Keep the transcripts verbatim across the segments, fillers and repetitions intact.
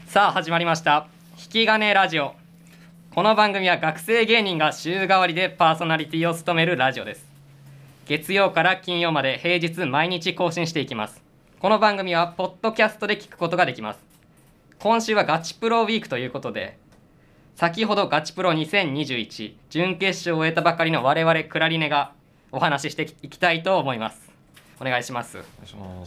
さあ始まりました引き金ラジオ。この番組は学生芸人が週替わりでパーソナリティを務めるラジオです。月曜から金曜まで平日毎日更新していきます。この番組はポッドキャストで聞くことができます。今週はガチプロウィークということで、先ほどガチプロにせんにじゅういち準決勝を終えたばかりの我々クラリネがお話ししていきたいと思います。お願いします。 お願いします。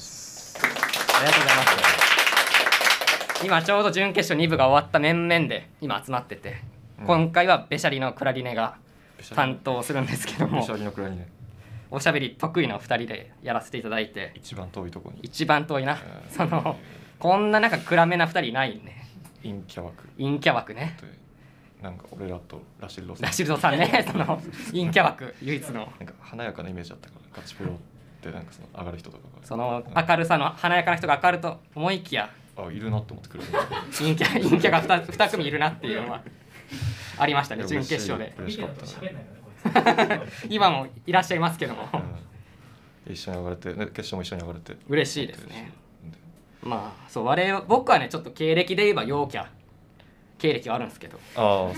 ありがとうございます。今ちょうど準決勝に部が終わった面々で今集まってて、うん、今回はべしゃりのクラリネが担当するんですけども、 べしゃりのクラリネおしゃべり得意なふたりでやらせていただいて、 一番遠いとこに一番遠いな、えー、そのこんななんか暗めなふたりいないね。 陰キャ枠陰キャ枠ね。 なんか俺らとラシルドさんラシルドさんねその陰キャ枠唯一のなんか華やかなイメージだったからガチプロってなんかその上がる人とかがその明るさの華やかな人が上がると思いきや、 あいるなって思ってくる陰キャ陰キャが 2, 2組いるなっていうのはありましたね準決勝で。 嬉しかったな今もいらっしゃいますけども、 うん、一緒に上がれて、ね、決勝も一緒に上がれて嬉しいですね。まあそう我々僕はねちょっと経歴で言えば陽キャ経歴はあるんですけど、 ああ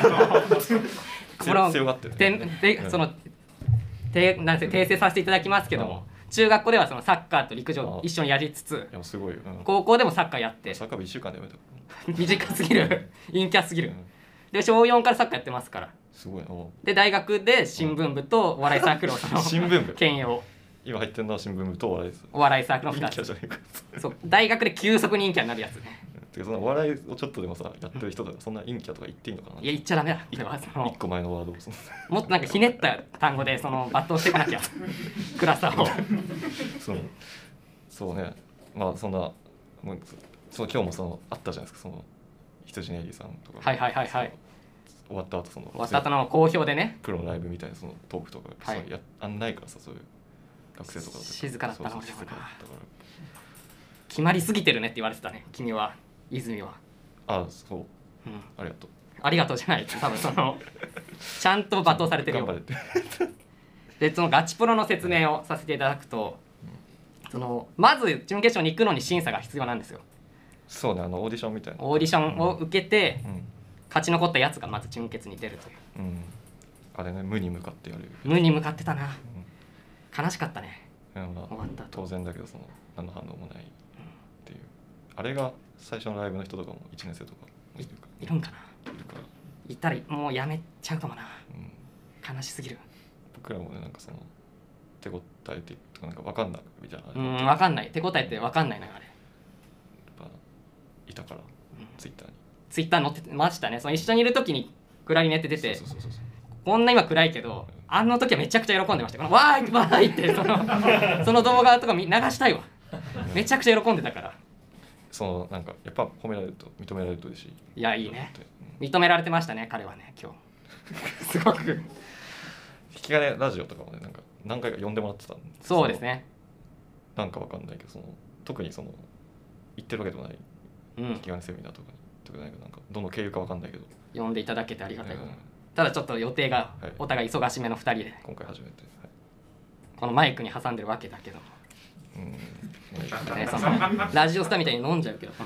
強がってる、 ね、ででそのてなんて訂正させていただきますけども、中学校ではそのサッカーと陸上一緒にやりつつ、 いやすごいよ、うん、 高校でもサッカーやって、 サッカー部いっしゅうかんでやめた短すぎる陰キャすぎる、うん、で小よんからサッカーやってますからすごいな。 で大学で新聞部とお笑いサークルをその新聞部兼用、 今入ってるのは新聞部とお笑いお笑いサークルのふたつ。そう大学で急速に陰キャになるやつね。 てかそのお笑いをちょっとでもさやってる人とかそんな陰キャとか言っていいのかな。 いや言っちゃダメだ。これはそのいっこまえのワードをもっとなんかひねった単語でその抜刀していかなきゃ暗さをそうそうね。まあそんなもうその今日もそのあったじゃないですか、その羊ネイリさんとか。 はいはいはいはい。 終わった後その終わった後の好評でね、 プロのライブみたいなそのトークとか、はい、やあんないからさ、そういう学生とかだと静かだったので、 静かだったから決まりすぎてるねって言われてたね君は。泉はああそう、うん、ありがとうありがとうじゃない多分そのちゃんと罵倒されてるよ。 頑張れてでそのガチプロの説明をさせていただくと、うん、そのまず準決勝に行くのに審査が必要なんですよ。 そうね、あのオーディションみたいなオーディションを受けて、うん、勝ち残ったやつがまず準決に出るという、 うん、あれね無に向かってやる。 無に向かってたな、うん、悲しかったね、 まあ、終わった当然だけどその何の反応もないっていう、うん、あれが最初のライブの人とかもいちねん生とかいるかいるんかな。 いるからいたらもうやめちゃうかもな、うん、悲しすぎる。 僕らもねなんかその手応えっていうかなんか分かんないみたいな。 うん分かんない、手応えって分かんないなあれ。やっぱいたから、うん、ツイッターにツイッター載ってましたね。その一緒にいる時にクラリネって出て、そうそうそうそう、こんな今暗いけど、うん、あの時はめちゃくちゃ喜んでました。このわーいわーいってそのその動画とか流したいわ、うん、めちゃくちゃ喜んでたから。 そのなんかやっぱ褒められると認められると嬉しい。 いやいいね、うん、認められてましたね彼はね今日すごく引き金ラジオとかもねなんか何回か呼んでもらってたんで。 そうですね。 なんかわかんないけどその特にその行ってるわけでもない、うん、引き金セミナーとかにとかないけどなんかどの経由かわかんないけど呼んでいただけてありがたい、うん、ただちょっと予定がお互い忙しめのふたりで、はい、 今回初めて、はい、 このマイクに挟んでるわけだけど、 うんね、そのラジオスターみたいに飲んじゃうけど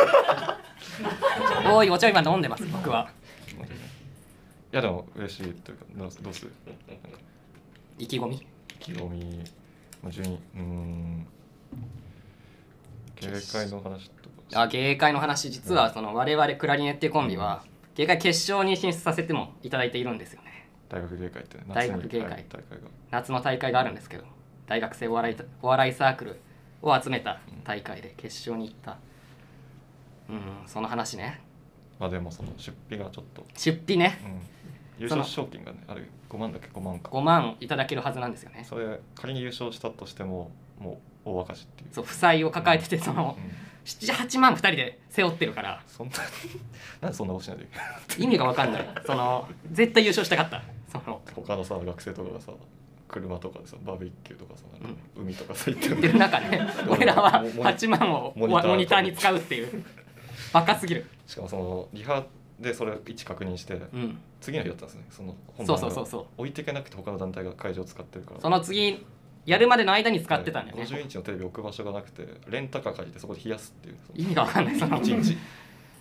おいお茶今飲んでます僕は。 いやでも嬉しいというかどうする意気込み意気込み、まあ、順位うーん芸会の話とか。 あ芸会の話実はその我々クラリネっていうコンビは芸会決勝に進出させてもいただいているんですよね。 大学芸会って大学芸会、 大会が夏の大会があるんですけど、大学生お笑いお笑いサークルを集めた大会で決勝に行った、うん、その話ね。 まあでもその出費がちょっと出費ね、 うん、優勝賞金がねあれごまんだっけごまんかごまんいただけるはずなんですよね。 それ仮に優勝したとしてももう大赤字っていう。 そう負債を抱えててその、うん、ななはちまんふたりで背負ってるから。 そんななんでそんなことしないといけない意味が分かんないその絶対優勝したかった。その他のさ学生とかがさ車とかでさバーベキューとかさ、うん、海とかさ行ってる中ね俺らははちまんをモニター、モニターに使うっていうバカすぎる。 しかもそのリハでそれを位置確認して、うん、次の日だったんですね。その本番が置いていけなくて他の団体が会場を使ってるから、 その次やるまでの間に使ってたんだよね。 ごじゅうインチのテレビ置く場所がなくてレンタカー借りてそこで冷やすっていう。 意味が分かんないそのいちにち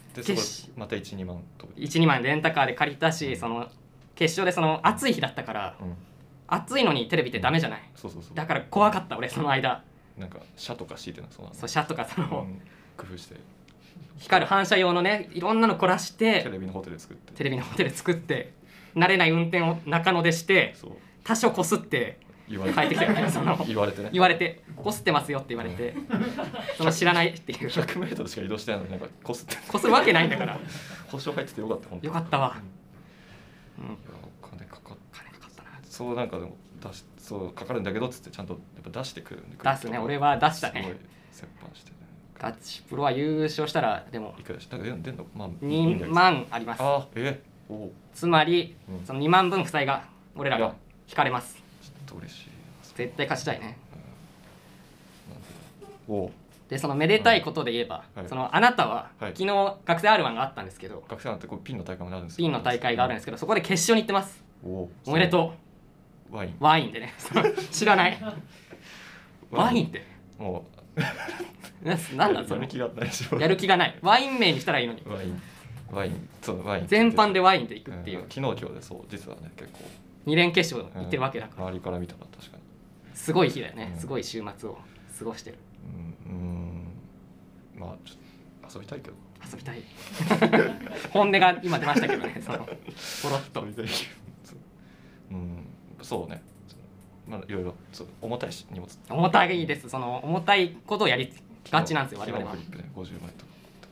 でそこまたいちにまん飛ぶいちにまんレンタカーで借りたし、その決勝でその暑い日だったから、 うん、 暑いのにテレビってダメじゃない、 そうそうそう、 だから怖かった俺その間。 なんかシャとか敷いてなそうなそうシャとかその、 うん、工夫して光る反射用のねいろんなの凝らしてテレビのホテル作ってテレビのホテル作って慣れない運転を中野でしてそう多少こすって言われ帰ってきたよねその言われてね言われてこすってますよって言われて、その知らないっていうひゃくメートルしか移動してないのになんかこすってこするわけないんだから保証入っててよかった本当よかったわ、うん、 うん、いやお金かかっ金かかったな。 そうなんかでも出しそうかかるんだけどっつってちゃんとやっぱ出してくるんで出すね俺は出したね。 すごい折半してね。 ガチプロは優勝したらでもいくらでした？出んのまあにまんあります。 あえおつまり、 うん、 そのにまんぶん負債が俺らが引かれます。 ちょっと嬉しい。 絶対勝ちたいね。 うん、おでそのめでたいことで言えば、 はい、 そのあなたは、 はい、 昨日学生 アールワン があったんですけど、 学生なんてこうピンの大会もあるんですよ。 ピンの大会があるんですけど、そこで決勝に行ってます。 おおめでとう。ワイン。 ワインでね。知らない。ワインって。 もう。なんだそれ。 やる気がないし。 やる気がない。ワイン名にしたらいいのに。 ワイン。ワイン。そうワイン。 全般でワインで行くっていう。 うん、昨日今日でそう実はね結構。 に連決勝行ってるわけだから。 うん、周りから見たら確かに。 すごい日だよね。 うん、 すごい週末を過ごしてる。 うん。うんまあちょっと遊びたいけど。 遊びたい。本音が今出ましたけどね。そのポロッと。 遊びたいけど。うん、そうね。まあいろいろそう重たいし荷物。 重たいです。その重たいことをやりがちなんですよ我々は。 フリップねごじゅうまいとか。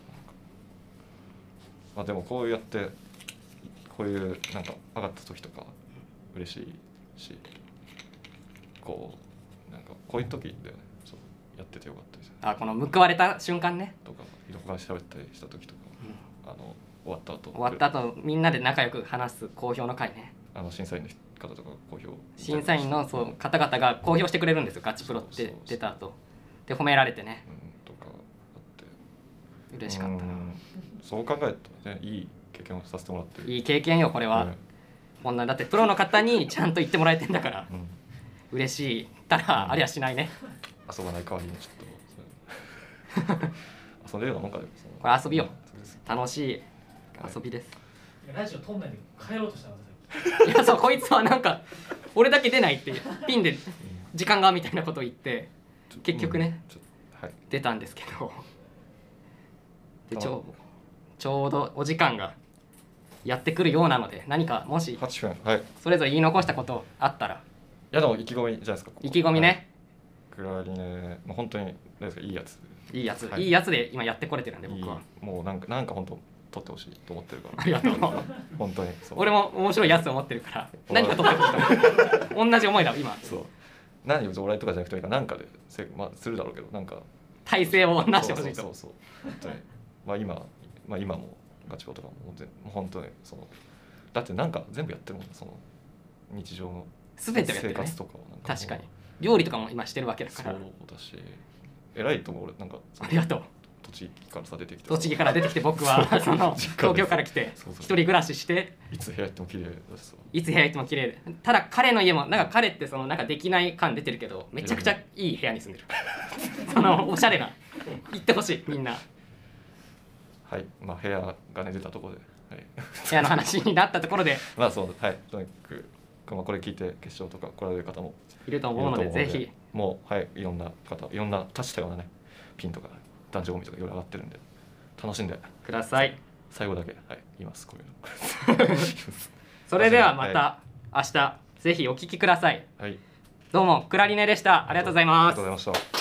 まあでもこうやってこういうなんか上がった時とか嬉しいし、こうなんかこういう時だよね。そうやっててよかったです。 あこの報われた瞬間ね。 とか他に喋ったりした時とか、うん、あの終わった後終わった後みんなで仲良く話す好評の会ね。 あの審査員の方とか好評審査員のそう方々が公表してくれるんですよ。ガチプロって出た後で褒められてね、 うん、とかあって嬉しかったな。 そう考えるとねいい経験をさせてもらってる。 いい経験よこれは、うん、こんなだってプロの方にちゃんと言ってもらえてんだから、うん、嬉しいたら、うん、ありゃしないね。 遊ばない代わりにちょっと遊んでるようなもんかでもこれ遊びよ、楽しい遊びです。 ラジオ撮んないで帰ろうとしたの。 いやそうこいつはなんか俺だけ出ないってピンで時間がみたいなことを言って結局ね、うんはい、出たんですけどでちょちょうどお時間がやってくるようなので何かもしはちふん、はい、 それぞれ言い残したことあったら。いやでも意気込みじゃないですか。 意気込みね、 クラリネもう本当にですかいいやついいやつ、 はい、いいやつで今やってこれてるんで僕は。 いいもうなんかなんか本当撮ってほしいと思ってるから。 ありがとう。 本当に俺も面白いやつを思ってるから何か撮ってほしいと同じ思いだ今。 そう何を俺とかじゃなくてなんかでせ、まあ、するだろうけどなんか体制をなしてほしいと。 そうそうそう本当にまあ今まあ今もガチポとかももう本当にそのだってなんか全部やってるもんその日常の全てをやってる、ね、 生活とかをなんか確かに料理とかも今してるわけだから。 そうだし偉いと思う俺なんかありがとう。 栃木からさ出てきて栃木から出てきて僕はその東京から来て一人暮らししていつ部屋行っても綺麗だしさいつ部屋行っても綺麗でただ彼の家もなんか彼ってそのなんかできない感出てるけどめちゃくちゃいい部屋に住んでるそのおしゃれな行ってほしいみんな。 はいまあ部屋がね出たところで、はい、 部屋の話になったところでまあそうはいとにかくまあこれ聞いて決勝とか来られる方もいると思うのでぜひもうはいいろんな方いろんな多種多様なねピンとか男女ゴミとかいろいろ上がってるんで楽しんでください。 最後だけはい言いますこういうのそれではまた明日ぜひお聞きください。 はいどうもクラリネでした。ありがとうございます。 ありがとうございました。